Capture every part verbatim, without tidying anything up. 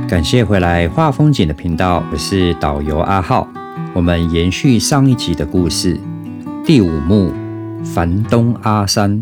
感谢回来画风景的频道，我是导游阿浩。我们延续上一集的故事，第五幕房东阿三。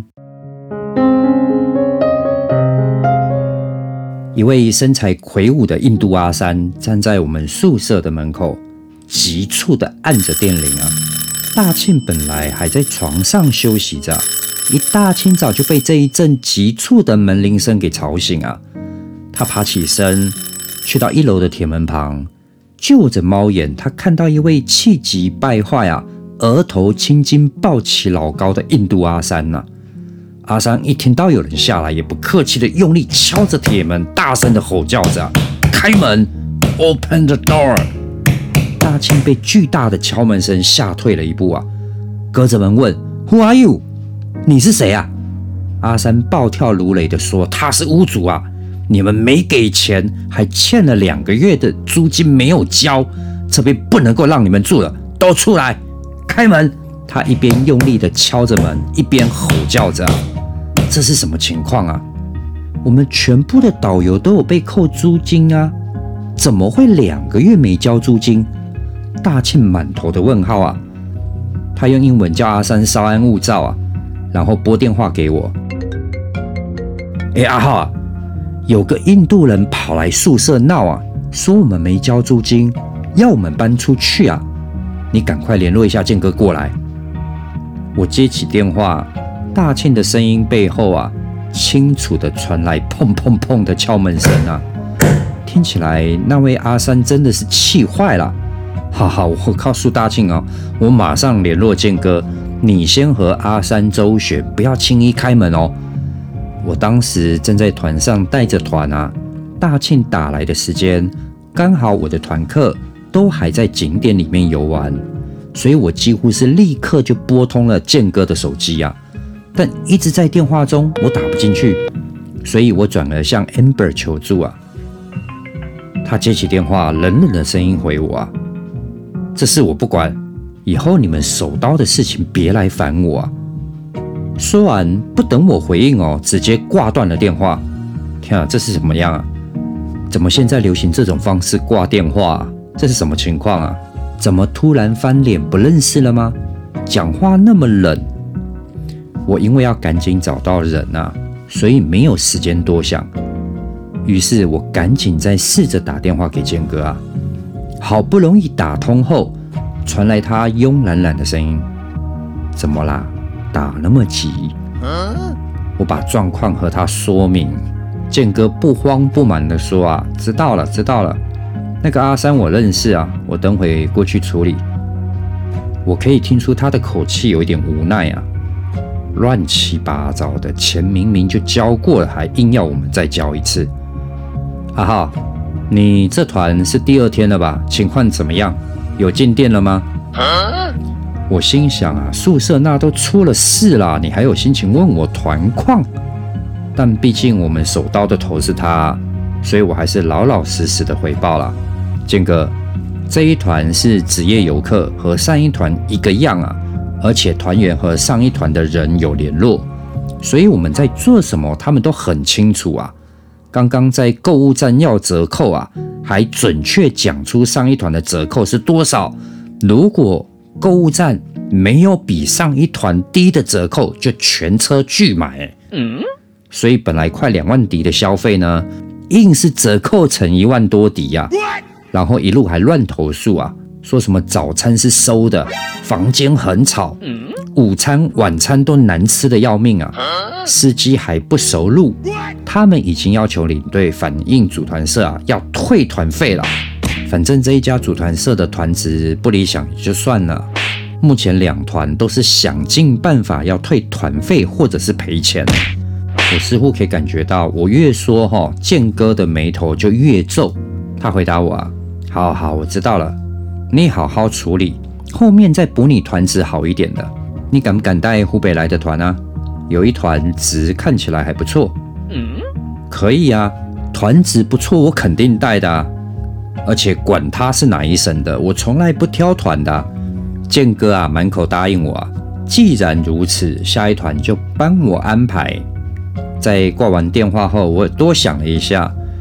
一位身材魁梧的印度阿三站在我们宿舍的门口，急促地按着电铃啊。大庆本来还在床上休息着，一大清早就被这一阵急促的门铃声给吵醒啊。他爬起身，去到一楼的铁门旁，就着猫眼，他看到一位气急败坏啊，额头青筋暴起老高的印度阿三啊。阿三一听到有人下来，也不客气的用力敲着铁门，大声的吼叫着、啊：“开门 ，Open the door！” 大庆被巨大的敲门声吓退了一步啊，隔着门问 ：“Who are you？ 你是谁啊？”阿三暴跳如雷的说：“他是屋主啊！你们没给钱，还欠了两个月的租金没有交，这边不能够让你们住了，都出来，开门！”他一边用力的敲着门，一边吼叫着、啊。这是什么情况啊？我们全部的导游都有被扣租金啊，怎么会两个月没交租金？大庆满头的问号啊！他用英文叫阿三稍安勿躁啊，然后拨电话给我。哎，阿浩啊，有个印度人跑来宿舍闹啊，说我们没交租金，要我们搬出去啊！你赶快联络一下建哥过来。我接起电话。大庆的声音背后啊，清楚地传来砰砰砰的敲门声啊，听起来那位阿三真的是气坏了。好好，我告诉大庆哦，我马上联络建哥，你先和阿三周旋，不要轻易开门哦。我当时正在团上带着团啊，大庆打来的时间刚好我的团客都还在景点里面游玩，所以我几乎是立刻就拨通了建哥的手机啊。但一直在电话中，我打不进去，所以我转而向 Amber 求助啊。他接起电话，冷冷的声音回我啊：“这事我不管，以后你们手刀的事情别来烦我啊。”说完，不等我回应哦，直接挂断了电话。天啊，这是怎么样啊？怎么现在流行这种方式挂电话啊？这是什么情况啊？怎么突然翻脸不认识了吗？讲话那么冷。我因为要赶紧找到人啊，所以没有时间多想。于是我赶紧再试着打电话给建哥啊。好不容易打通后，传来他慵懒懒的声音：“怎么啦？打那么急？”我把状况和他说明。建哥不慌不忙的说：“啊，知道了，知道了。那个阿三我认识啊，我等会过去处理。”我可以听出他的口气有一点无奈啊。乱七八糟的，钱明明就交过了，还硬要我们再交一次。阿浩，你这团是第二天了吧？情况怎么样？有进店了吗？我心想啊，宿舍那都出了事啦，你还有心情问我团况？但毕竟我们手刀的头是他，所以我还是老老实实的回报了。建哥，这一团是职业游客，和上一团一个样啊。而且团员和上一团的人有联络，所以我们在做什么，他们都很清楚啊。刚刚在购物站要折扣啊，还准确讲出上一团的折扣是多少。如果购物站没有比上一团低的折扣，就全车拒买。嗯，所以本来快两万迪的消费呢，硬是折扣成一万多迪呀、啊。然后一路还乱投诉啊。说什么早餐是收的，房间很吵，午餐晚餐都难吃的要命啊，司机还不熟路，他们已经要求领队反映组团社啊要退团费了。反正这一家组团社的团值不理想也就算了，目前两团都是想尽办法要退团费或者是赔钱。我似乎可以感觉到，我越说齁，建哥的眉头就越皱。他回答我啊，好好，我知道了。你好好处理，后面再补你团值好一点的。你敢不敢带湖北来的团啊？有一团值看起来还不错。嗯，可以啊，团值不错，我肯定带的啊。而且管他是哪一省的，我从来不挑团的啊。建哥啊，满口答应我啊。既然如此，下一团就帮我安排。在挂完电话后，我多想了一下，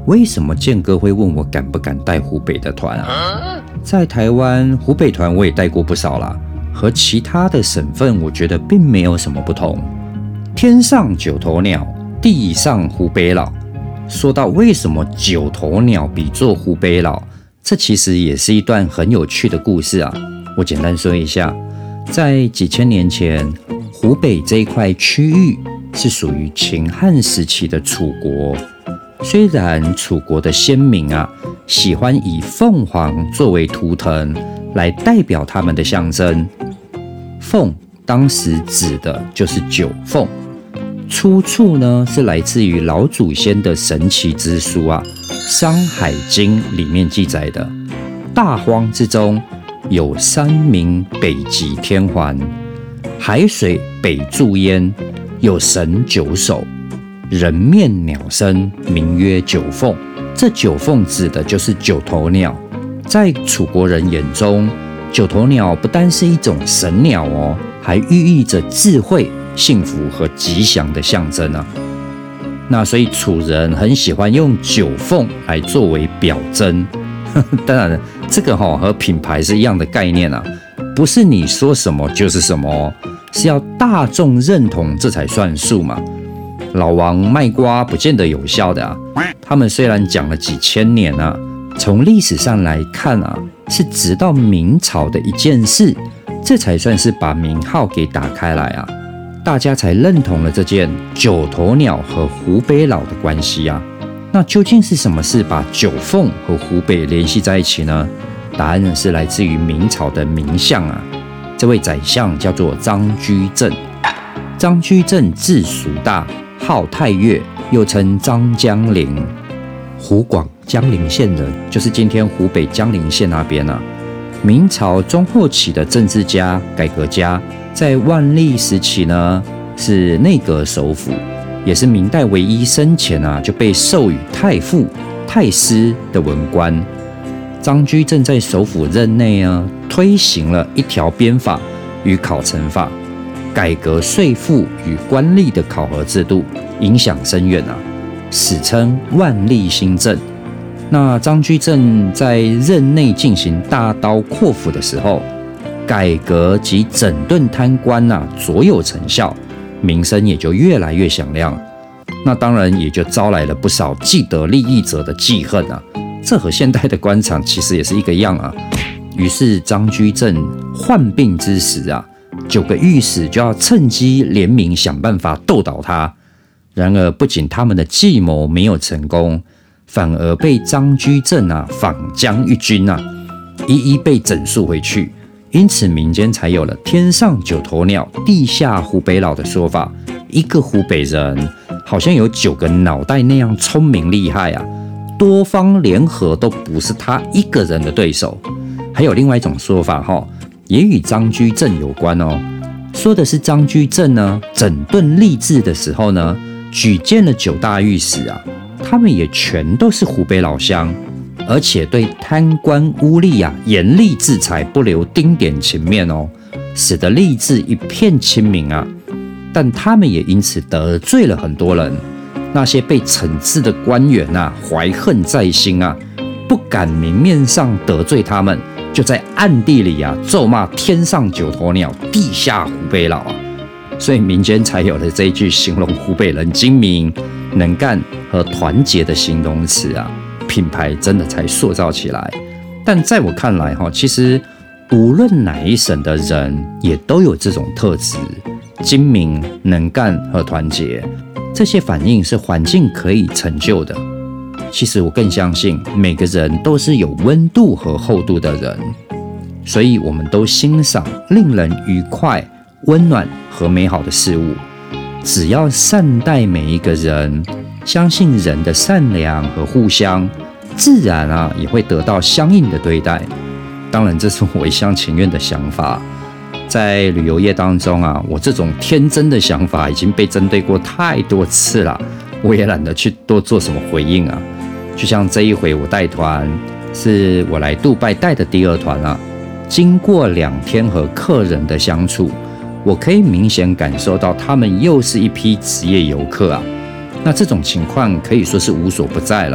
为什么建哥会问我敢不敢带湖北的团啊？在台湾湖北团我也带过不少啦，和其他的省份我觉得并没有什么不同。天上九头鸟，地上湖北佬。说到为什么九头鸟比作湖北佬，这其实也是一段很有趣的故事啊。我简单说一下，在几千年前，湖北这一块区域是属于秦汉时期的楚国。虽然楚国的先民啊，喜欢以凤凰作为图腾来代表他们的象征，凤当时指的就是九凤。出处呢是来自于老祖先的神奇之书啊，《山海经》里面记载的，大荒之中有山名北极天环，海水北注焉，有神九首，人面鸟身，名曰九凤。这九凤指的就是九头鸟。在楚国人眼中，九头鸟不单是一种神鸟哦，还寓意着智慧、幸福和吉祥的象征啊。那所以楚人很喜欢用九凤来作为表征。当然，这个哈、哦、和品牌是一样的概念啊，不是你说什么就是什么哦，是要大众认同这才算数嘛。老王卖瓜不见得有效的啊，他们虽然讲了几千年啊，从历史上来看啊，是直到明朝的一件事，这才算是把名号给打开来啊，大家才认同了这件九头鸟和湖北佬的关系啊。那究竟是什么事把九凤和湖北联系在一起呢？答案是来自于明朝的名相啊，这位宰相叫做张居正。张居正字叔大，号太岳，又称张江陵，湖广江陵县人，就是今天湖北江陵县那边啊。明朝中后期的政治家、改革家，在万历时期呢是内阁首辅，也是明代唯一生前啊就被授予太傅、太师的文官。张居正在首辅任内呢，推行了一条鞭法与考成法，改革税赋与官吏的考核制度，影响深远啊，史称万历新政。那张居正在任内进行大刀阔斧的时候，改革及整顿贪官啊，卓有成效，名声也就越来越响亮。那当然也就招来了不少既得利益者的记恨啊，这和现代的官场其实也是一个样啊。于是张居正患病之时啊，九个御史就要趁机联名想办法斗倒他。然而不仅他们的计谋没有成功，反而被张居正啊反将一军啊，一一被整肃回去。因此民间才有了天上九头鸟，地下湖北佬的说法。一个湖北人好像有九个脑袋那样聪明厉害啊，多方联合都不是他一个人的对手。还有另外一种说法哈，也与张居正有关哦。说的是张居正呢整顿吏治的时候呢，举荐了九大御史啊，他们也全都是湖北老乡，而且对贪官污吏啊严厉制裁，不留丁点情面哦，使得吏治一片清明啊。但他们也因此得罪了很多人，那些被惩治的官员啊怀恨在心啊，不敢明面上得罪他们，就在暗地里啊咒骂天上九头鸟，地下湖北佬啊。所以民间才有了这一句形容湖北人精明、能干和团结的形容词啊，品牌真的才塑造起来。但在我看来哈，其实无论哪一省的人也都有这种特质，精明、能干和团结，这些反应是环境可以成就的。其实我更相信每个人都是有温度和厚度的人，所以我们都欣赏令人愉快、温暖和美好的事物。只要善待每一个人，相信人的善良和互相，自然啊也会得到相应的对待。当然这是我一厢情愿的想法，在旅游业当中啊，我这种天真的想法已经被针对过太多次了，我也懒得去多做什么回应啊。就像这一回我带团，是我来杜拜带的第二团啊，经过两天和客人的相处，我可以明显感受到他们又是一批职业游客啊。那这种情况可以说是无所不在了，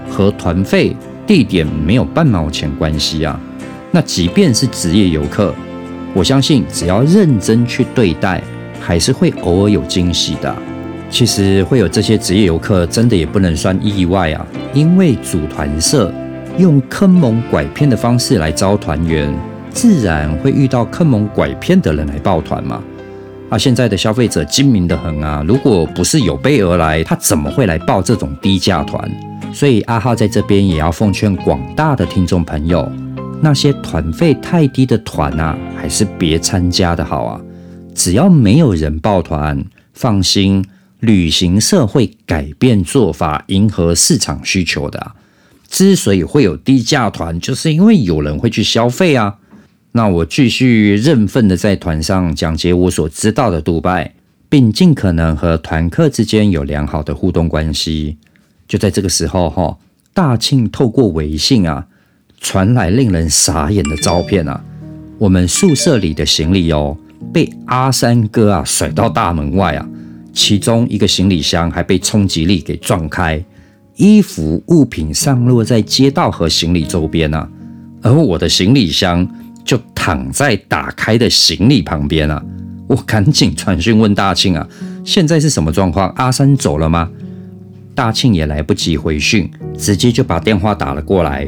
和团费、地点没有半毛钱关系啊。那即便是职业游客，我相信只要认真去对待，还是会偶尔有惊喜的。其实会有这些职业游客，真的也不能算意外啊，因为组团社用坑蒙拐骗的方式来招团员，自然会遇到坑蒙拐骗的人来报团嘛。啊，现在的消费者精明得很啊，如果不是有备而来，他怎么会来报这种低价团？所以阿浩在这边也要奉劝广大的听众朋友，那些团费太低的团啊，还是别参加的好啊。只要没有人报团，放心，旅行社会改变做法，迎合市场需求的啊。之所以会有低价团，就是因为有人会去消费啊。那我继续认份的在团上讲解我所知道的杜拜，并尽可能和团客之间有良好的互动关系。就在这个时候，大庆透过微信啊传来令人傻眼的照片啊，我们宿舍里的行李哦被阿三哥啊甩到大门外啊，其中一个行李箱还被冲击力给撞开，衣服物品散落在街道和行李周边啊，而我的行李箱就躺在打开的行李旁边啊！我赶紧传讯问大庆啊，现在是什么状况？阿三走了吗？大庆也来不及回讯，直接就把电话打了过来。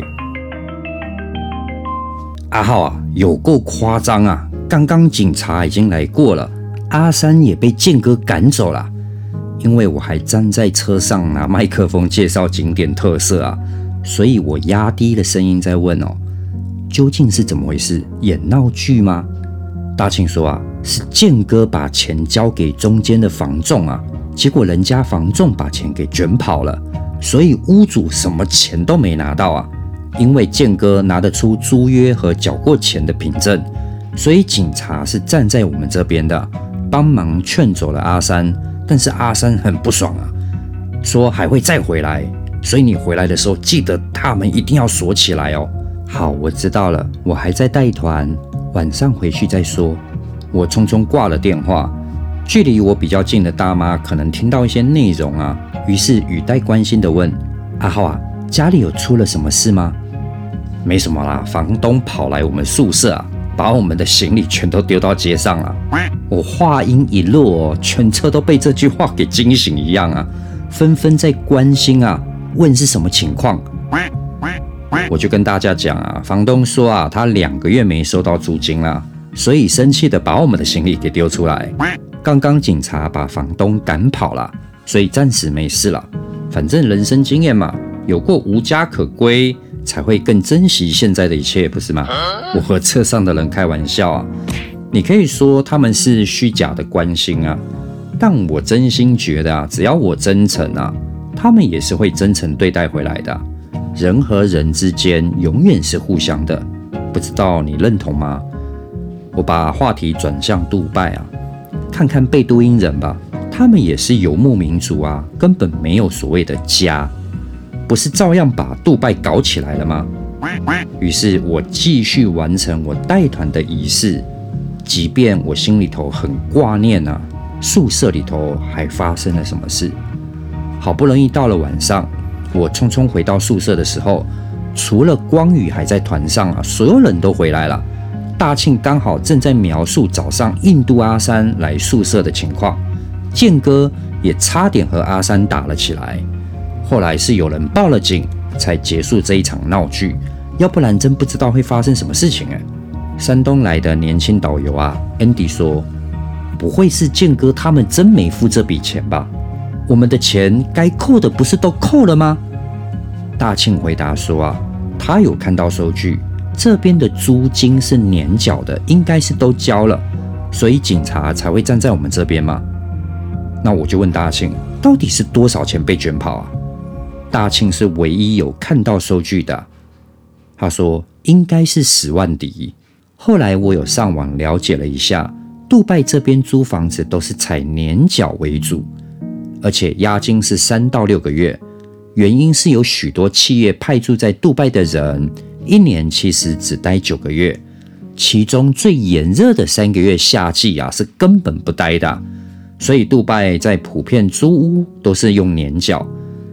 阿浩啊，有够夸张啊！刚刚警察已经来过了，阿三也被健哥赶走了。因为我还站在车上拿麦克风介绍景点特色啊，所以我压低了声音在问哦。究竟是怎么回事？演闹剧吗？大庆说啊，是健哥把钱交给中间的房仲啊，结果人家房仲把钱给卷跑了，所以屋主什么钱都没拿到啊。因为健哥拿得出租约和缴过钱的凭证，所以警察是站在我们这边的，帮忙劝走了阿三。但是阿三很不爽啊，说还会再回来，所以你回来的时候记得大门一定要锁起来哦。好，我知道了，我还在带团，晚上回去再说。我匆匆挂了电话，距离我比较近的大妈可能听到一些内容啊，于是语带关心的问：阿浩啊，家里有出了什么事吗？没什么啦，房东跑来我们宿舍啊，把我们的行李全都丢到街上了。我话音一落哦，全车都被这句话给惊醒一样啊，纷纷在关心啊，问是什么情况。我就跟大家讲啊，房东说啊，他两个月没收到租金啦，所以生气的把我们的行李给丢出来。刚刚警察把房东赶跑了，所以暂时没事了。反正人生经验嘛，有过无家可归，才会更珍惜现在的一切，不是吗？我和车上的人开玩笑啊，你可以说他们是虚假的关心啊，但我真心觉得啊，只要我真诚啊，他们也是会真诚对待回来的啊。人和人之间永远是互相的，不知道你认同吗？我把话题转向杜拜啊，看看贝都因人吧，他们也是游牧民族啊，根本没有所谓的家，不是照样把杜拜搞起来了吗？于是我继续完成我带团的仪式，即便我心里头很挂念啊，宿舍里头还发生了什么事。好不容易到了晚上，我匆匆回到宿舍的时候，除了光宇还在团上啊，所有人都回来了。大庆刚好正在描述早上印度阿三来宿舍的情况，健哥也差点和阿三打了起来。后来是有人报了警，才结束这一场闹剧，要不然真不知道会发生什么事情哎。山东来的年轻导游啊 ，Andy 说，不会是健哥他们真没付这笔钱吧？我们的钱该扣的不是都扣了吗？大庆回答说啊，他有看到收据，这边的租金是年缴的，应该是都交了，所以警察才会站在我们这边吗？那我就问大庆，到底是多少钱被卷跑啊？大庆是唯一有看到收据的，他说应该是十万迪。后来我有上网了解了一下，杜拜这边租房子都是采年缴为主，而且押金是三到六个月。原因是有许多企业派驻在杜拜的人，一年其实只待九个月，其中最炎热的三个月夏季啊，是根本不待的，所以杜拜在普遍租屋都是用年缴。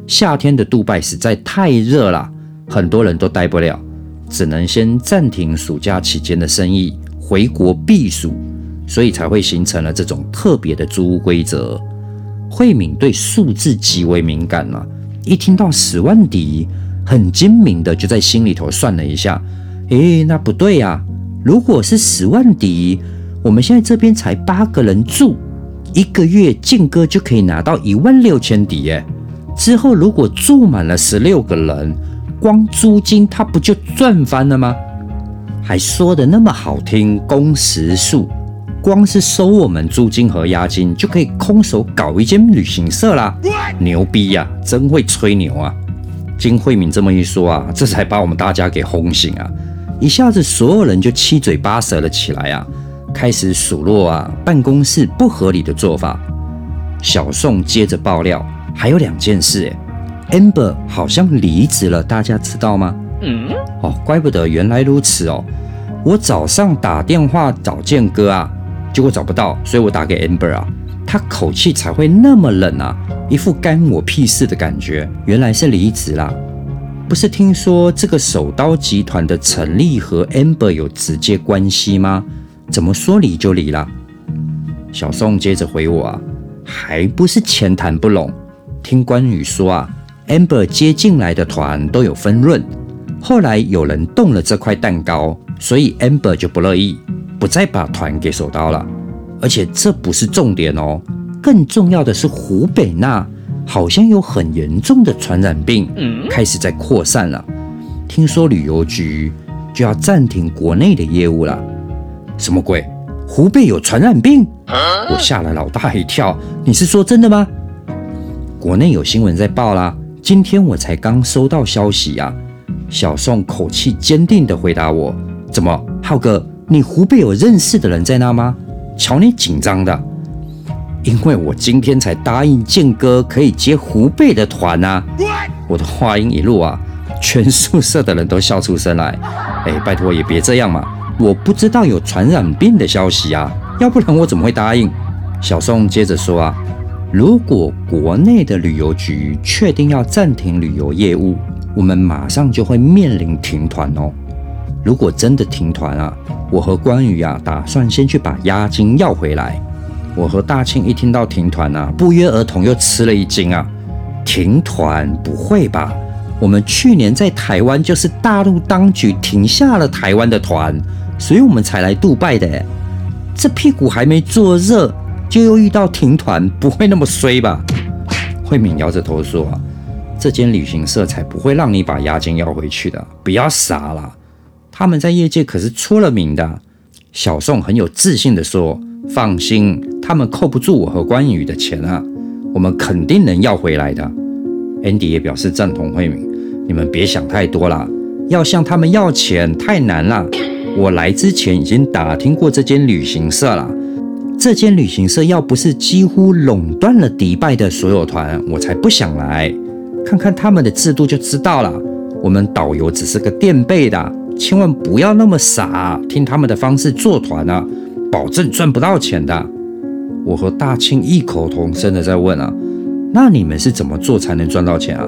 夏天的杜拜实在太热了，很多人都待不了，只能先暂停暑假期间的生意，回国避暑，所以才会形成了这种特别的租屋规则。慧敏对数字极为敏感啊，一听到十万迪，很精明的就在心里头算了一下，诶，那不对啊，如果是十万迪，我们现在这边才八个人住，一个月建哥就可以拿到一万六千迪耶。之后如果住满了十六个人，光租金他不就赚翻了吗？还说的那么好听，工时数，光是收我们租金和押金就可以空手搞一间旅行社啦，牛逼呀、啊，真会吹牛啊！经慧敏这么一说啊，这才把我们大家给轰醒啊，一下子所有人就七嘴八舌了起来啊，开始数落啊办公室不合理的做法。小宋接着爆料，还有两件事诶 Amber 好像离职了，大家知道吗？嗯，哦，怪不得原来如此哦。我早上打电话找建哥啊，结果找不到，所以我打给 Amber 啊，他口气才会那么冷啊，一副干我屁事的感觉。原来是离职啦。不是听说这个手刀集团的成立和 Amber 有直接关系吗？怎么说离就离啦？小宋接着回我啊，还不是钱谈不拢。听关羽说啊 Amber 接进来的团都有分润，后来有人动了这块蛋糕，所以 Amber 就不乐意，不再把团给手刀了。而且这不是重点哦，更重要的是湖北那好像有很严重的传染病开始在扩散了，听说旅游局就要暂停国内的业务了。什么鬼？湖北有传染病？我吓了老大一跳，你是说真的吗？国内有新闻在报啦，今天我才刚收到消息啊。小宋口气坚定地回答我，怎么，浩哥，你湖北有认识的人在那吗？瞧你紧张的。因为我今天才答应建哥可以接湖北的团啊。我的话音一落啊，全宿舍的人都笑出声来。哎，拜托也别这样嘛，我不知道有传染病的消息啊，要不然我怎么会答应？小宋接着说啊，如果国内的旅游局确定要暂停旅游业务，我们马上就会面临停团哦。如果真的停团啊，我和关羽啊打算先去把押金要回来。我和大庆一听到停团啊，不约而同又吃了一惊啊。停团？不会吧？我们去年在台湾就是大陆当局停下了台湾的团，所以我们才来杜拜的耶。这屁股还没坐热，就又遇到停团，不会那么衰吧？慧敏摇着头说啊，这间旅行社才不会让你把押金要回去的，不要傻啦，他们在业界可是出了名的。小宋很有自信地说，放心，他们扣不住我和关羽的钱啊，我们肯定能要回来的。 Andy 也表示赞同慧敏，你们别想太多啦，要向他们要钱太难啦。我来之前已经打听过这间旅行社啦，这间旅行社要不是几乎垄断了迪拜的所有团，我才不想来。看看他们的制度就知道了，我们导游只是个垫背的，千万不要那么傻，听他们的方式做团啊，保证赚不到钱的。我和大庆异口同声的在问啊，那你们是怎么做才能赚到钱啊？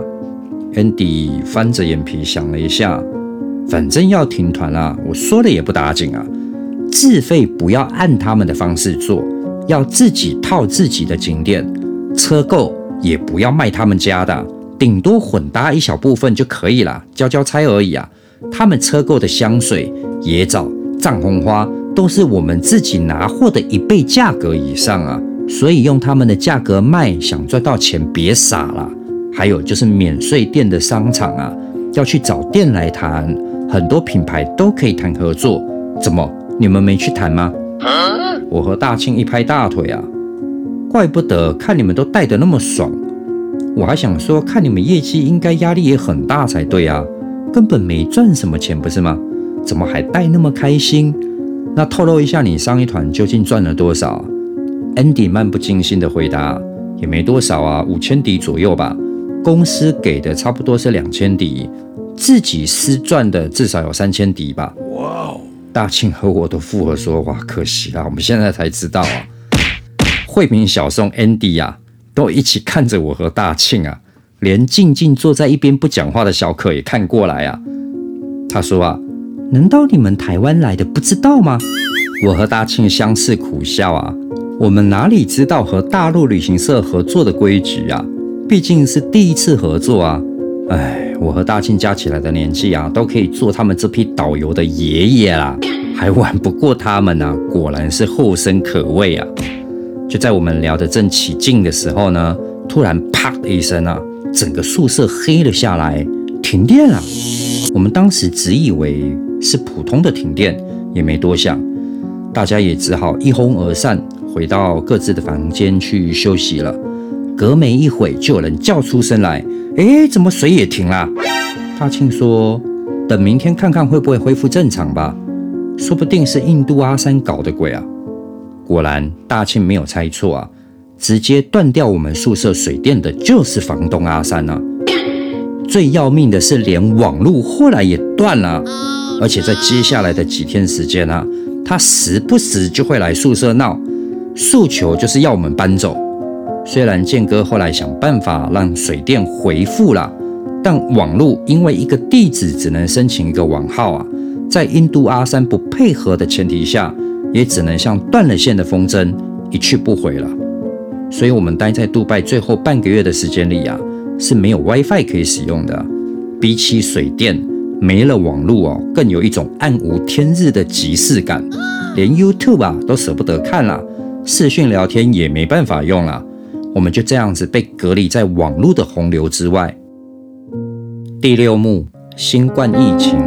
Andy 翻着眼皮想了一下，反正要停团啦，我说了也不打紧啊，自费不要按他们的方式做，要自己套自己的景点，车购也不要卖他们家的，顶多混搭一小部分就可以了，交交差而已啊。他们车购的香水、野枣、藏红花都是我们自己拿货的一倍价格以上啊，所以用他们的价格卖，想赚到钱别傻了。还有就是免税店的商场啊，要去找店来谈，很多品牌都可以谈合作。怎么，你们没去谈吗？我和大庆一拍大腿啊，怪不得看你们都带得那么爽，我还想说看你们业绩应该压力也很大才对啊，根本没赚什么钱不是吗？怎么还带那么开心？那透露一下你上一团究竟赚了多少？ Andy 漫不经心的回答，也没多少啊，五千迪左右吧，公司给的差不多是两千迪，自己私赚的至少有三千迪吧。哇！大庆和我都附和说，哇，可惜啦，我们现在才知道啊。慧敏、小宋、Andy 啊，都一起看着我和大庆啊， 连静静坐在一边不讲话的小可也看过来啊。他说啊，难道你们台湾来的不知道吗？我和大庆相视苦笑啊，我们哪里知道和大陆旅行社合作的规矩啊？毕竟是第一次合作啊。哎，我和大庆加起来的年纪啊，都可以做他们这批导游的爷爷啦，还玩不过他们啊，果然是后生可畏啊。就在我们聊得正起劲的时候呢，突然啪的一声啊，整个宿舍黑了下来，停电了。我们当时只以为是普通的停电，也没多想，大家也只好一哄而散，回到各自的房间去休息了。隔没一会，就有人叫出声来：“哎，怎么水也停了？”大庆说：“等明天看看会不会恢复正常吧，说不定是印度阿三搞的鬼啊。”果然，大庆没有猜错啊，直接断掉我们宿舍水电的就是房东阿三啊。最要命的是，连网路后来也断了，而且在接下来的几天时间啊，他时不时就会来宿舍闹，诉求就是要我们搬走。虽然建哥后来想办法让水电恢复了，但网路因为一个地址只能申请一个网号啊，在印度阿三不配合的前提下，也只能像断了线的风筝，一去不回了。所以我们待在杜拜最后半个月的时间里啊，是没有 WiFi 可以使用的。比起水电没了网路哦，更有一种暗无天日的即视感，连 YouTube 啊都舍不得看啦，视讯聊天也没办法用啦。我们就这样子被隔离在网路的洪流之外。第六幕，新冠疫情。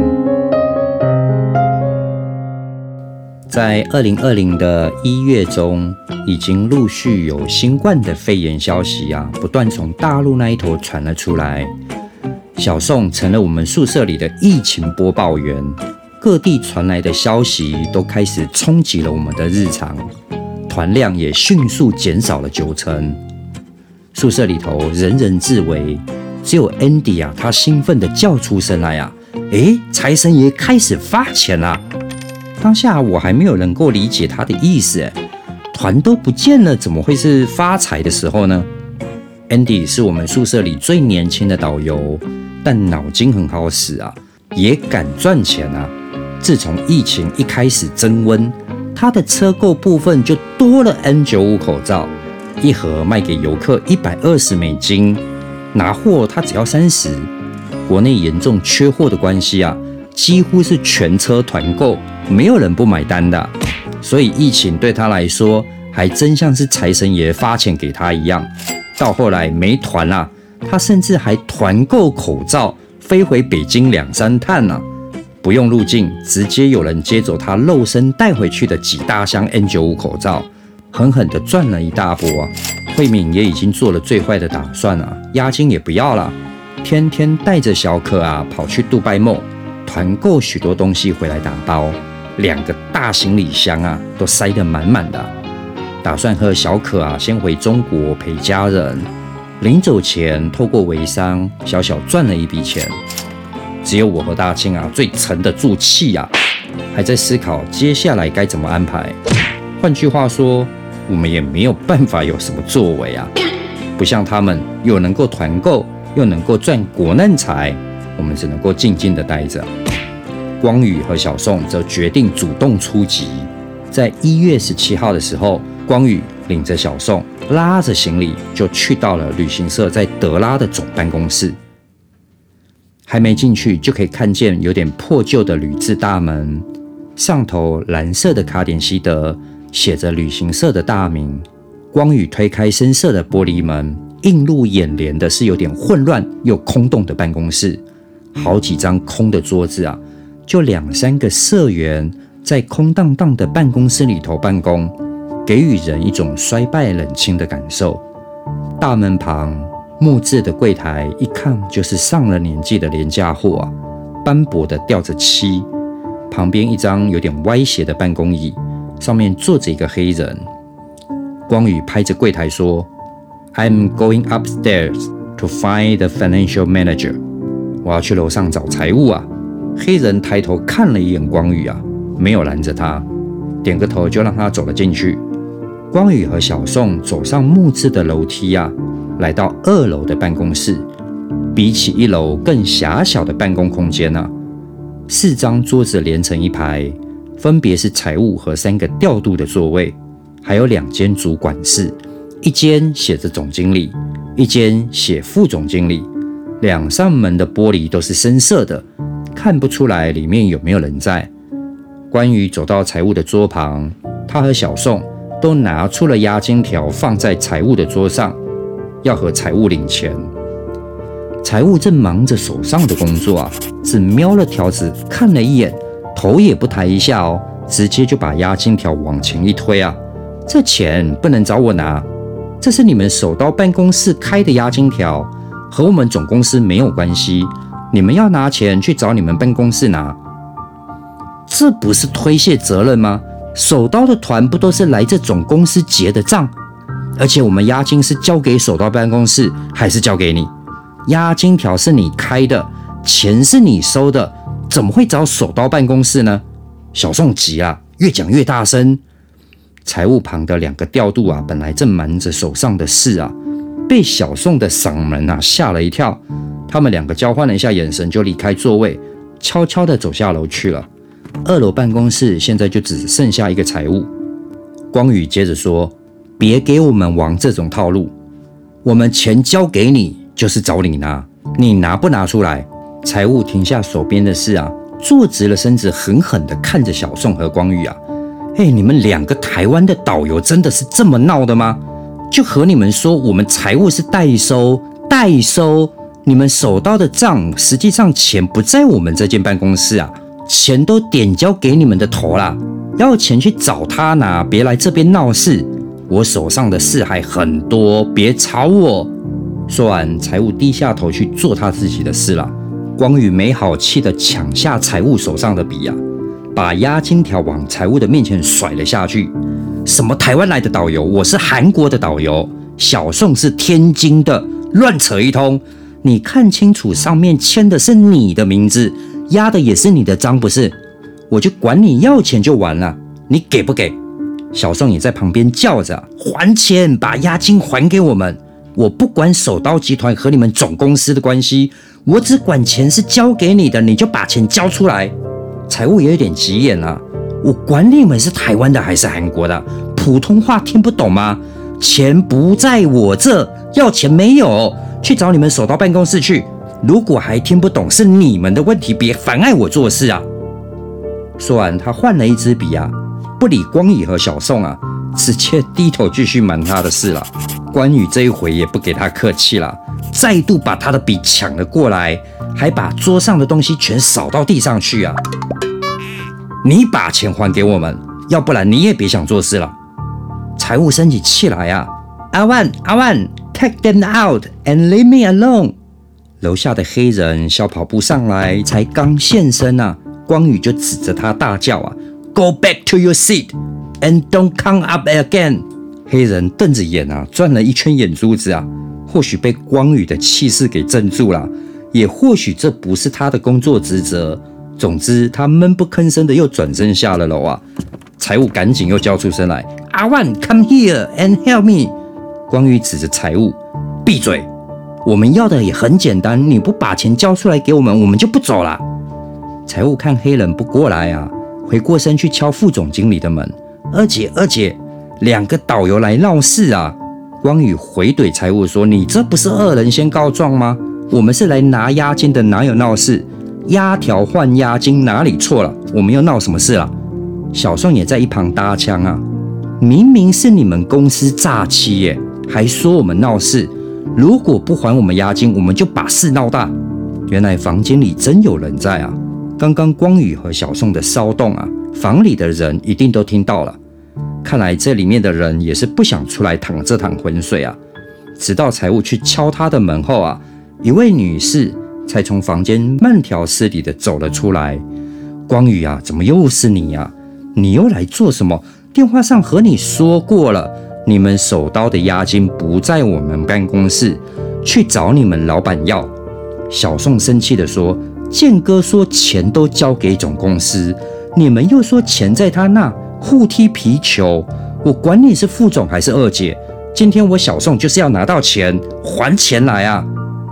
在二零二零的一月中，已经陆续有新冠的肺炎消息啊，不断从大陆那一头传了出来。小宋成了我们宿舍里的疫情播报员，各地传来的消息都开始冲击了我们的日常，团量也迅速减少了九成。宿舍里头人人自危，只有 Andy 啊，他兴奋地叫出声来啊，诶，财神爷开始发钱啦！当下我还没有能够理解他的意思，诶，团都不见了，怎么会是发财的时候呢？ Andy 是我们宿舍里最年轻的导游，但脑筋很好使啊，也敢赚钱啊。自从疫情一开始增温，他的车购部分就多了 N 九十五 口罩，一盒卖给游客一百二十美金，拿货他只要三十。国内严重缺货的关系啊，几乎是全车团购，没有人不买单的。所以疫情对他来说，还真像是财神爷发钱给他一样。到后来没团啦、啊，他甚至还团购口罩，飞回北京两三趟啊，不用入境，直接有人接走他肉身带回去的几大箱 N 九十五 口罩，狠狠地赚了一大波啊！慧敏也已经做了最坏的打算啊，押金也不要了，天天带着小可啊跑去杜拜 Mall， 团购许多东西回来打包，两个大行李箱啊都塞得满满的、啊。打算和小可啊先回中国陪家人，临走前透过微商小小赚了一笔钱。只有我和大庆啊最沉得住气啊，还在思考接下来该怎么安排。换句话说，我们也没有办法有什么作为啊，不像他们又能够团购又能够赚国难财，我们只能够静静的待着。光宇和小宋则决定主动出击，在一月十七号的时候。光宇领着小宋，拉着行李就去到了旅行社在德拉的总办公室。还没进去，就可以看见有点破旧的铝制大门，上头蓝色的卡点西德写着旅行社的大名。光宇推开深色的玻璃门，映入眼帘的是有点混乱又空洞的办公室，好几张空的桌子啊，就两三个社员在空荡荡的办公室里头办公。给予人一种衰败冷清的感受。大门旁木质的柜台，一看就是上了年纪的廉价货啊，斑驳的吊着漆。旁边一张有点歪斜的办公椅，上面坐着一个黑人。光宇拍着柜台说 ：“I'm going upstairs to find the financial manager。”我要去楼上找财务啊。黑人抬头看了一眼光宇啊，没有拦着他，点个头就让他走了进去。光宇和小宋走上木质的楼梯啊，来到二楼的办公室， 比起一楼更狭小的办公空间啊。四张桌子连成一排，分别是财务和三个调度的座位，还有两间主管室，一间写着总经理，一间写副总经理。两扇门的玻璃都是深色的，看不出来里面有没有人在。关羽走到财务的桌旁，他和小宋都拿出了押金条放在财务的桌上，要和财务领钱。财务正忙着手上的工作啊，只瞄了条子看了一眼，头也不抬一下哦，直接就把押金条往前一推啊！这钱不能找我拿，这是你们手刀办公室开的押金条，和我们总公司没有关系。你们要拿钱去找你们办公室拿，这不是推卸责任吗？手刀的团不都是来这总公司结的账？而且我们押金是交给手刀办公室，还是交给你？押金条是你开的，钱是你收的，怎么会找手刀办公室呢？小宋急啊，越讲越大声。财务旁的两个调度啊，本来正忙着手上的事啊，被小宋的嗓门啊吓了一跳。他们两个交换了一下眼神，就离开座位，悄悄地走下楼去了。二楼办公室现在就只剩下一个财务。光宇接着说：“别给我们玩这种套路，我们钱交给你就是找你拿，你拿不拿出来？”财务停下手边的事啊，坐直了身子，狠狠地看着小宋和光宇啊。嘿，你们两个台湾的导游真的是这么闹的吗？就和你们说，我们财务是代收，代收，你们手刀的账，实际上钱不在我们这间办公室啊，钱都点交给你们的头啦，要钱去找他拿，别来这边闹事。我手上的事还很多，别吵我。说完，财务低下头去做他自己的事了。光宇没好气地抢下财务手上的笔啊，把押金条往财务的面前甩了下去。什么台湾来的导游？我是韩国的导游，小宋是天津的，乱扯一通。你看清楚，上面签的是你的名字，押的也是你的章，不是？我就管你要钱就完了，你给不给？小宋也在旁边叫着：“还钱，把押金还给我们！我不管手刀集团和你们总公司的关系，我只管钱是交给你的，你就把钱交出来。”财务也有点急眼了，我管你们是台湾的还是韩国的，普通话听不懂吗？钱不在我这，要钱没有，去找你们手刀办公室去。如果还听不懂，是你们的问题，别妨碍我做事啊！说完，他换了一支笔啊，不理光宇和小宋啊，直接低头继续忙他的事了。关羽这一回也不给他客气了，再度把他的笔抢了过来，还把桌上的东西全扫到地上去啊！你把钱还给我们，要不然你也别想做事了。财务生起气来啊！阿万阿万 ，take them out and leave me alone。楼下的黑人小跑步上来，才刚现身啊，光宇就指着他大叫啊 ，Go back to your seat and don't come up again。黑人瞪着眼啊，转了一圈眼珠子啊，或许被光宇的气势给镇住了，也或许这不是他的工作职责。总之，他闷不吭声的又转身下了楼啊。财务赶紧又叫出声来：“阿万 ，come here and help me。”光宇指着财务：“闭嘴！我们要的也很简单，你不把钱交出来给我们，我们就不走了。”财务看黑人不过来啊，回过身去敲副总经理的门：“二姐，二姐，两个导游来闹事啊！”光宇回怼财务说：“你这不是恶人先告状吗？我们是来拿押金的，哪有闹事？押条换押金哪里错了？我们又闹什么事了？”小宋也在一旁搭腔啊：“明明是你们公司诈欺耶，还说我们闹事。如果不还我们押金，我们就把事闹大。”原来房间里真有人在啊！刚刚光宇和小宋的骚动啊，房里的人一定都听到了。看来这里面的人也是不想出来淌这趟浑水啊。直到财务去敲他的门后啊，一位女士才从房间慢条斯理的走了出来。光宇啊，怎么又是你啊？你又来做什么？电话上和你说过了，你们手刀的押金不在我们办公室，去找你们老板要。小宋生气的说：“建哥说钱都交给总公司，你们又说钱在他那，互踢皮球。我管你是副总还是二姐，今天我小宋就是要拿到钱，还钱来啊！”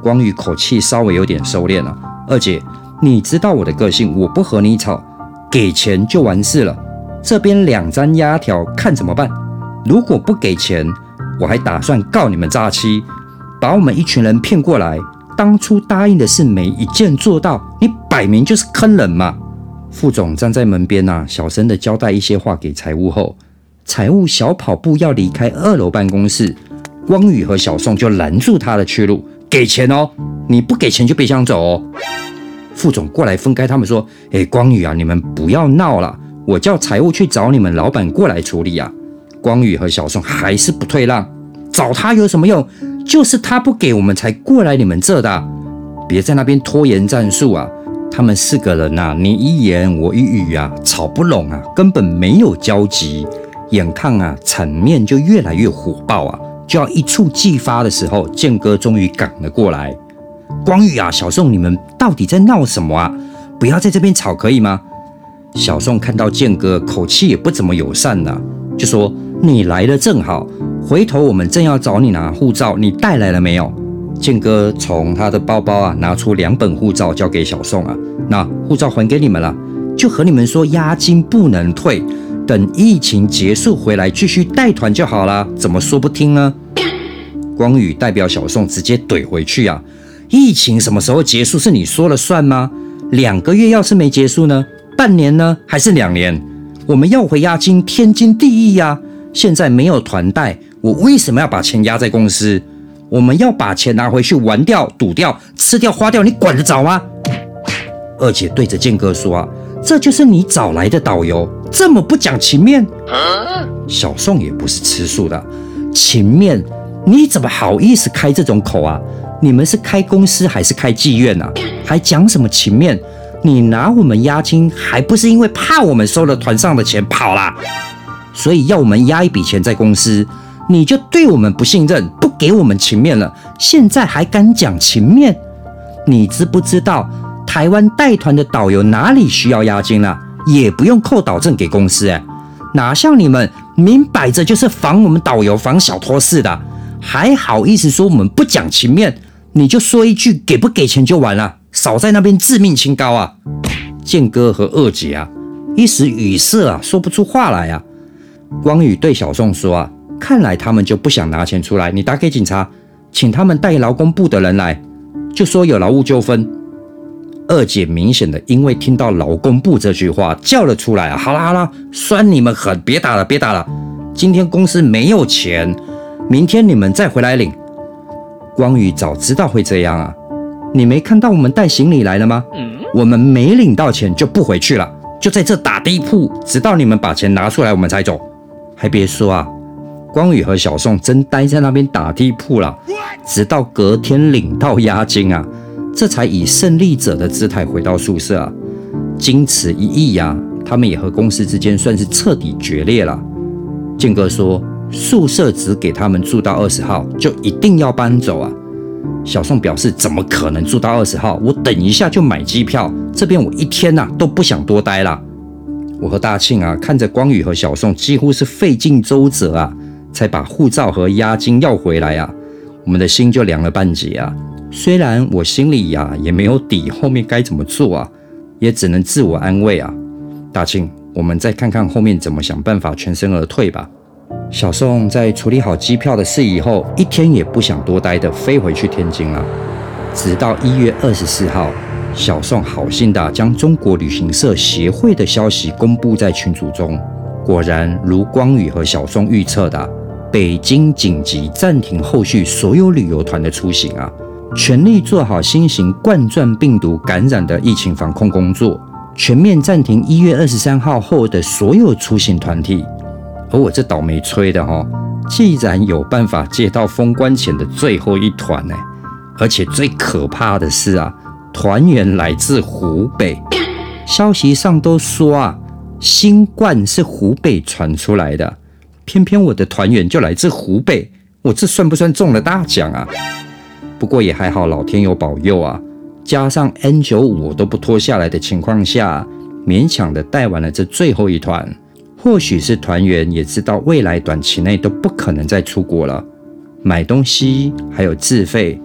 光宇口气稍微有点收敛了。二姐，你知道我的个性，我不和你吵，给钱就完事了。这边两张压条，看怎么办？如果不给钱，我还打算告你们诈欺，把我们一群人骗过来。当初答应的事没一件做到，你摆明就是坑人嘛！副总站在门边啊，小声的交代一些话给财务后，财务小跑步要离开二楼办公室，光宇和小宋就拦住他的去路，给钱哦，你不给钱就别想走哦。副总过来分开他们说：“哎，光宇啊，你们不要闹了，我叫财务去找你们老板过来处理啊。”光宇和小宋还是不退让，找他有什么用？就是他不给我们才过来你们这的、啊，别在那边拖延战术啊！他们四个人啊，你一言我一语啊，吵不拢啊，根本没有交集。眼看啊，场面就越来越火爆啊，就要一触即发的时候，建哥终于赶了过来。光宇啊，小宋，你们到底在闹什么啊？不要在这边吵，可以吗？小宋看到建哥口气也不怎么友善啊，就说：“你来的正好。”回头我们正要找你拿护照，你带来了没有？建哥从他的包包啊拿出两本护照交给小宋啊，那护照还给你们了，就和你们说押金不能退，等疫情结束回来继续带团就好啦，怎么说不听呢？光宇代表小宋直接怼回去啊，疫情什么时候结束是你说了算吗？两个月要是没结束呢？半年呢？还是两年？我们要回押金天经地义啊，现在没有团带，我为什么要把钱压在公司？我们要把钱拿回去玩掉、赌掉、吃掉、花掉，你管得着吗？二姐对着建哥说啊，这就是你找来的导游，这么不讲情面？小宋也不是吃素的，情面？你怎么好意思开这种口啊？你们是开公司还是开妓院啊？还讲什么情面？你拿我们押金，还不是因为怕我们收了团上的钱跑啦？所以要我们押一笔钱在公司，你就对我们不信任，不给我们情面了，现在还敢讲情面？你知不知道台湾带团的导游哪里需要押金啦？也不用扣导正给公司哎、欸，哪像你们明摆着就是防我们导游防小偷似的，还好意思说我们不讲情面？你就说一句给不给钱就完了，少在那边自命清高啊！建哥和二姐啊，一时语塞啊，说不出话来啊。光宇对小宋说啊，看来他们就不想拿钱出来，你打给警察，请他们带劳工部的人来，就说有劳务纠纷。二姐明显的因为听到劳工部这句话叫了出来啊，好啦好啦，酸你们狠，别打了别打了，今天公司没有钱，明天你们再回来领。光宇早知道会这样啊，你没看到我们带行李来了吗？我们没领到钱就不回去了，就在这打地铺，直到你们把钱拿出来我们才走。还别说啊，光宇和小宋真待在那边打地铺了，直到隔天领到押金啊，这才以胜利者的姿态回到宿舍啊。经此一役啊，他们也和公司之间算是彻底决裂了。建哥说，宿舍只给他们住到二十号，就一定要搬走啊。小宋表示，怎么可能住到二十号？我等一下就买机票，这边我一天啊都不想多待了。我和大庆啊，看着光宇和小宋几乎是费尽周折啊，才把护照和押金要回来啊，我们的心就凉了半截啊。虽然我心里呀、啊、也没有底，后面该怎么做啊，也只能自我安慰啊。大庆，我们再看看后面怎么想办法全身而退吧。小宋在处理好机票的事以后，一天也不想多待的飞回去天津了。直到一月二十四号，小宋好心的将中国旅行社协会的消息公布在群组中。果然如光宇和小宋预测的，北京紧急暂停后续所有旅游团的出行啊，全力做好新型冠状病毒感染的疫情防控工作，全面暂停一月二十三号后的所有出行团体。而我这倒霉催的齁，既然有办法借到封关前的最后一团呢，而且最可怕的是啊，团员来自湖北，消息上都说啊，新冠是湖北传出来的，偏偏我的团员就来自湖北，我这算不算中了大奖啊？不过也还好，老天有保佑啊，加上 N 九十五 我都不脱下来的情况下，勉强的带完了这最后一团。或许是团员也知道未来短期内都不可能再出国了，买东西还有自费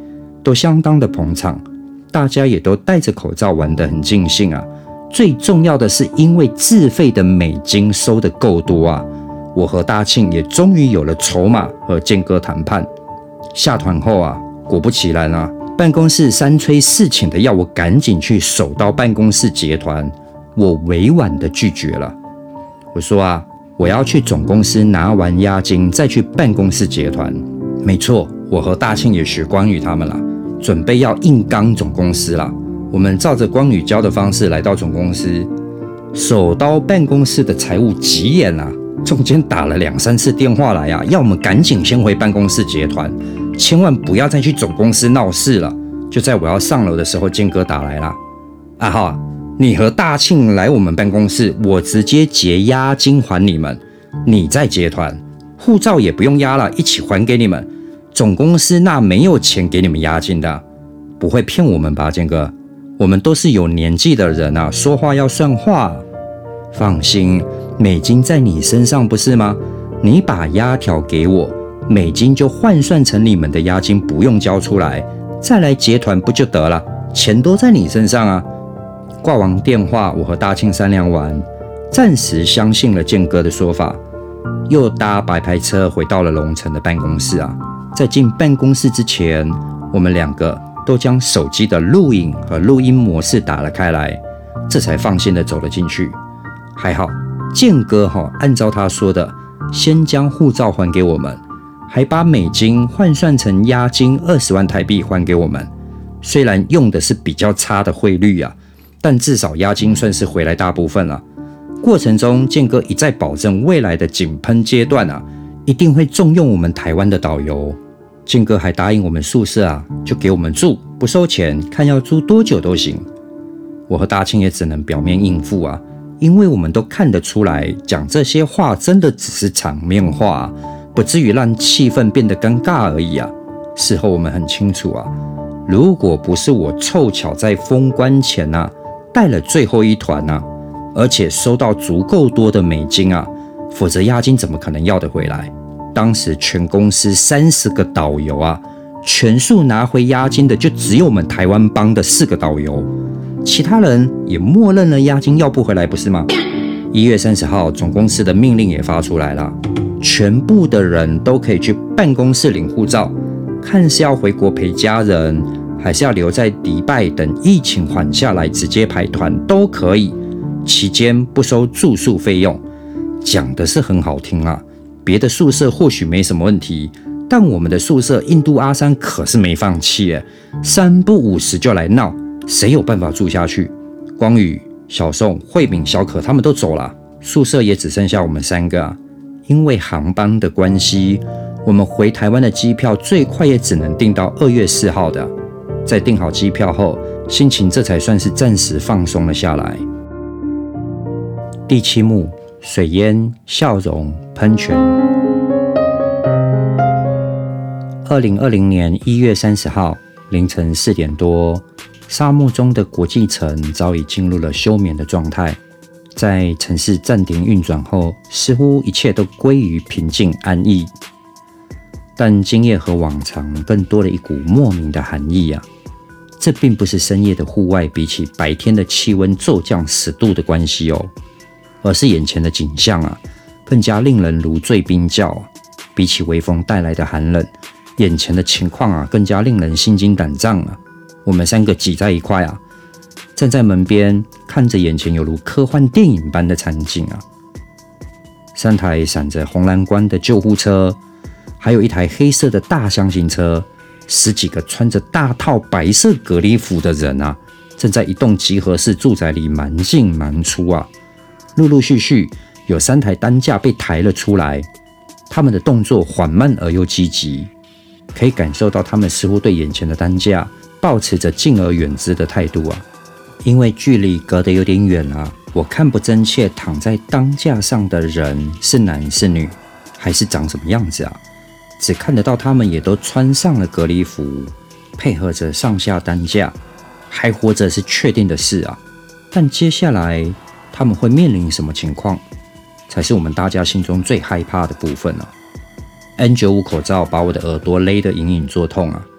都相当的捧场，大家也都戴着口罩玩得很尽兴啊。最重要的是，因为自费的美金收得够多啊，我和大庆也终于有了筹码和健哥谈判。下团后啊，果不其然啊，办公室三催四请的要我赶紧去手刀办公室结团，我委婉的拒绝了。我说啊，我要去总公司拿完押金再去办公室结团。没错，我和大庆也学光宇他们了，准备要硬刚总公司了。我们照着光宇教的方式来到总公司，手刀办公室的财务急眼啊，中间打了两三次电话来啊，要我们赶紧先回办公室结团，千万不要再去总公司闹事了。就在我要上楼的时候，健哥打来了，啊哈，你和大庆来我们办公室，我直接结押金还你们，你再结团，护照也不用押了，一起还给你们。总公司那没有钱给你们押金的，不会骗我们吧，健哥？我们都是有年纪的人啊，说话要算话。放心，美金在你身上不是吗？你把押条给我，美金就换算成你们的押金，不用交出来，再来结团不就得了？钱都在你身上啊。挂完电话，我和大庆商量完，暂时相信了健哥的说法，又搭白牌车回到了龙城的办公室啊。在进办公室之前，我们两个都将手机的录影和录音模式打了开来，这才放心的走了进去。还好，健哥哈，按照他说的，先将护照还给我们，还把美金换算成押金二十万台币还给我们。虽然用的是比较差的汇率啊，但至少押金算是回来大部分了。过程中，健哥一再保证未来的井喷阶段啊，一定会重用我们台湾的导游。健哥还答应我们宿舍啊，就给我们住，不收钱，看要住多久都行。我和大庆也只能表面应付啊，因为我们都看得出来，讲这些话真的只是场面话啊，不至于让气氛变得尴尬而已啊。事后我们很清楚啊，如果不是我凑巧在封关前啊带了最后一团啊，而且收到足够多的美金啊，否则押金怎么可能要得回来？当时全公司三十个导游啊，全数拿回押金的就只有我们台湾帮的四个导游，其他人也默认了押金要不回来，不是吗？一月三十号，总公司的命令也发出来了，全部的人都可以去办公室领护照，看是要回国陪家人，还是要留在迪拜等疫情缓下来直接排团都可以，期间不收住宿费用。讲的是很好听啊，别的宿舍或许没什么问题，但我们的宿舍印度阿三可是没放弃耶，三不五时就来闹，谁有办法住下去？光宇、小宋、慧敏、小可他们都走了，宿舍也只剩下我们三个啊。因为航班的关系，我们回台湾的机票最快也只能订到二月四号的。在订好机票后，心情这才算是暂时放松了下来。第七幕，水烟、笑容、喷泉。二零二零年一月三十号凌晨四点多，沙漠中的国际城早已进入了休眠的状态。在城市暂停运转后，似乎一切都归于平静安逸。但今夜和往常更多了一股莫名的寒意啊！这并不是深夜的户外比起白天的气温骤降十度的关系哦，而是眼前的景象啊，更加令人如坠冰窖啊！比起微风带来的寒冷，眼前的情况啊，更加令人心惊胆战啊！我们三个挤在一块啊，站在门边，看着眼前犹如科幻电影般的场景啊！三台闪着红蓝光的救护车，还有一台黑色的大箱型车，十几个穿着大套白色隔离服的人啊，正在一栋集合式住宅里蛮进蛮出啊！陆陆续续有三台担架被抬了出来，他们的动作缓慢而又积极，可以感受到他们似乎对眼前的担架抱持着敬而远之的态度啊！因为距离隔得有点远啊，我看不真切躺在担架上的人是男是女，还是长什么样子啊？只看得到他们也都穿上了隔离服，配合着上下担架，还活着是确定的事啊。但接下来他们会面临什么情况，才是我们大家心中最害怕的部分啊。N 九十五 口罩把我的耳朵勒得隐隐作痛啊！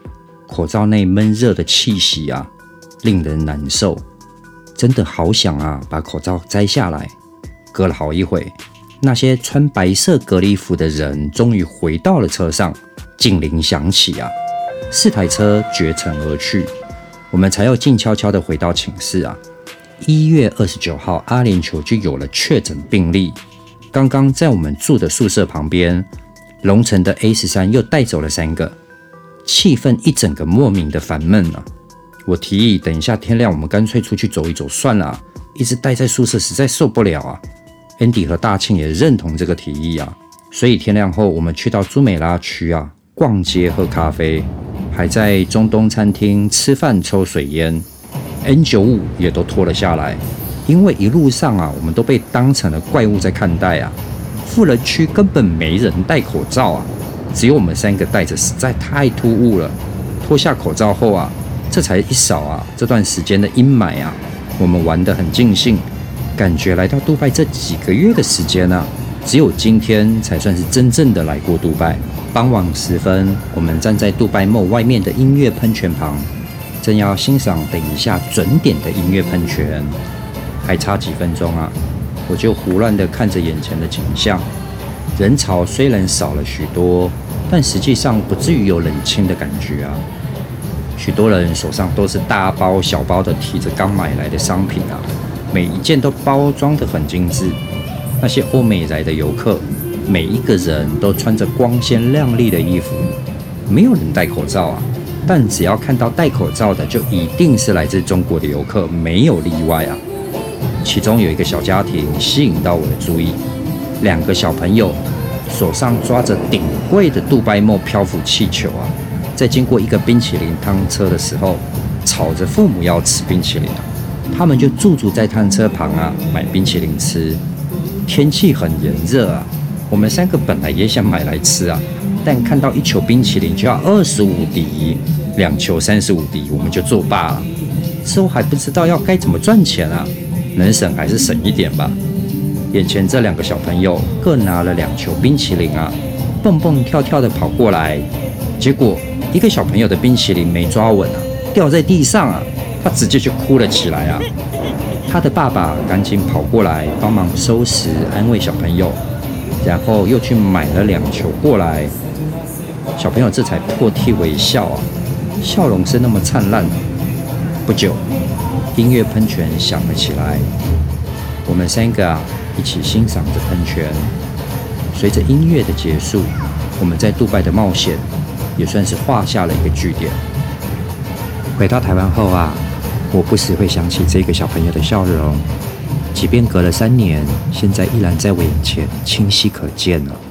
口罩内闷热的气息啊，令人难受。真的好想啊，把口罩摘下来。隔了好一会，那些穿白色隔离服的人终于回到了车上，警铃响起啊，四台车绝尘而去，我们才又静悄悄地回到寝室啊。一月二十九号，阿联酋就有了确诊病例。刚刚在我们住的宿舍旁边，龙城的 A 十三 又带走了三个，气氛一整个莫名的烦闷啊。我提议等一下天亮，我们干脆出去走一走算了啊，一直待在宿舍实在受不了啊。Andy 和大庆也认同这个提议啊，所以天亮后我们去到朱美拉区啊逛街喝咖啡，还在中东餐厅吃饭抽水烟 ，N 九十五 也都脱了下来，因为一路上啊我们都被当成了怪物在看待啊。富人区根本没人戴口罩啊，只有我们三个戴着，实在太突兀了。脱下口罩后啊，这才一扫啊这段时间的阴霾啊，我们玩得很尽兴，感觉来到杜拜这几个月的时间啊，只有今天才算是真正的来过杜拜。傍晚时分，我们站在杜拜 Mall 外面的音乐喷泉旁，正要欣赏等一下准点的音乐喷泉，还差几分钟啊，我就胡乱地看着眼前的景象。人潮虽然少了许多，但实际上不至于有冷清的感觉啊。许多人手上都是大包小包的提着刚买来的商品啊，每一件都包装得很精致。那些欧美来的游客，每一个人都穿着光鲜亮丽的衣服，没有人戴口罩啊。但只要看到戴口罩的，就一定是来自中国的游客，没有例外啊。其中有一个小家庭吸引到我的注意，两个小朋友手上抓着顶贵的杜拜梦漂浮气球啊，在经过一个冰淇淋汤车的时候，吵着父母要吃冰淇淋啊，他们就驻足在汤车旁啊，买冰淇淋吃。天气很炎热啊，我们三个本来也想买来吃啊，但看到一球冰淇淋就要二十五迪，两球三十五迪，我们就作罢了。之后还不知道要该怎么赚钱啊，能省还是省一点吧。眼前这两个小朋友各拿了两球冰淇淋啊，蹦蹦跳跳的跑过来，结果一个小朋友的冰淇淋没抓稳啊，掉在地上啊，他直接就哭了起来啊。他的爸爸赶紧跑过来帮忙收拾，安慰小朋友，然后又去买了两球过来。小朋友这才破涕为笑啊，笑容是那么灿烂。不久，音乐喷泉响了起来，我们三个啊一起欣赏着喷泉。随着音乐的结束，我们在杜拜的冒险也算是画下了一个句点。回到台湾后啊，我不时会想起这个小朋友的笑容，即便隔了三年，现在依然在我眼前清晰可见了。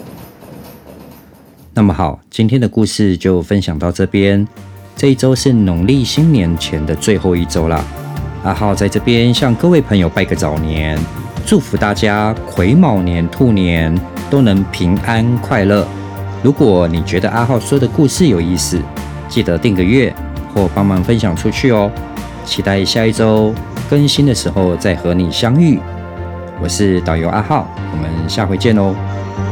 那么好，今天的故事就分享到这边。这一周是农历新年前的最后一周啦。阿浩在这边向各位朋友拜个早年，祝福大家癸卯年、兔年都能平安快乐。如果你觉得阿浩说的故事有意思，记得订个阅或帮忙分享出去哦。期待下一周更新的时候再和你相遇。我是导游阿浩，我们下回见哦。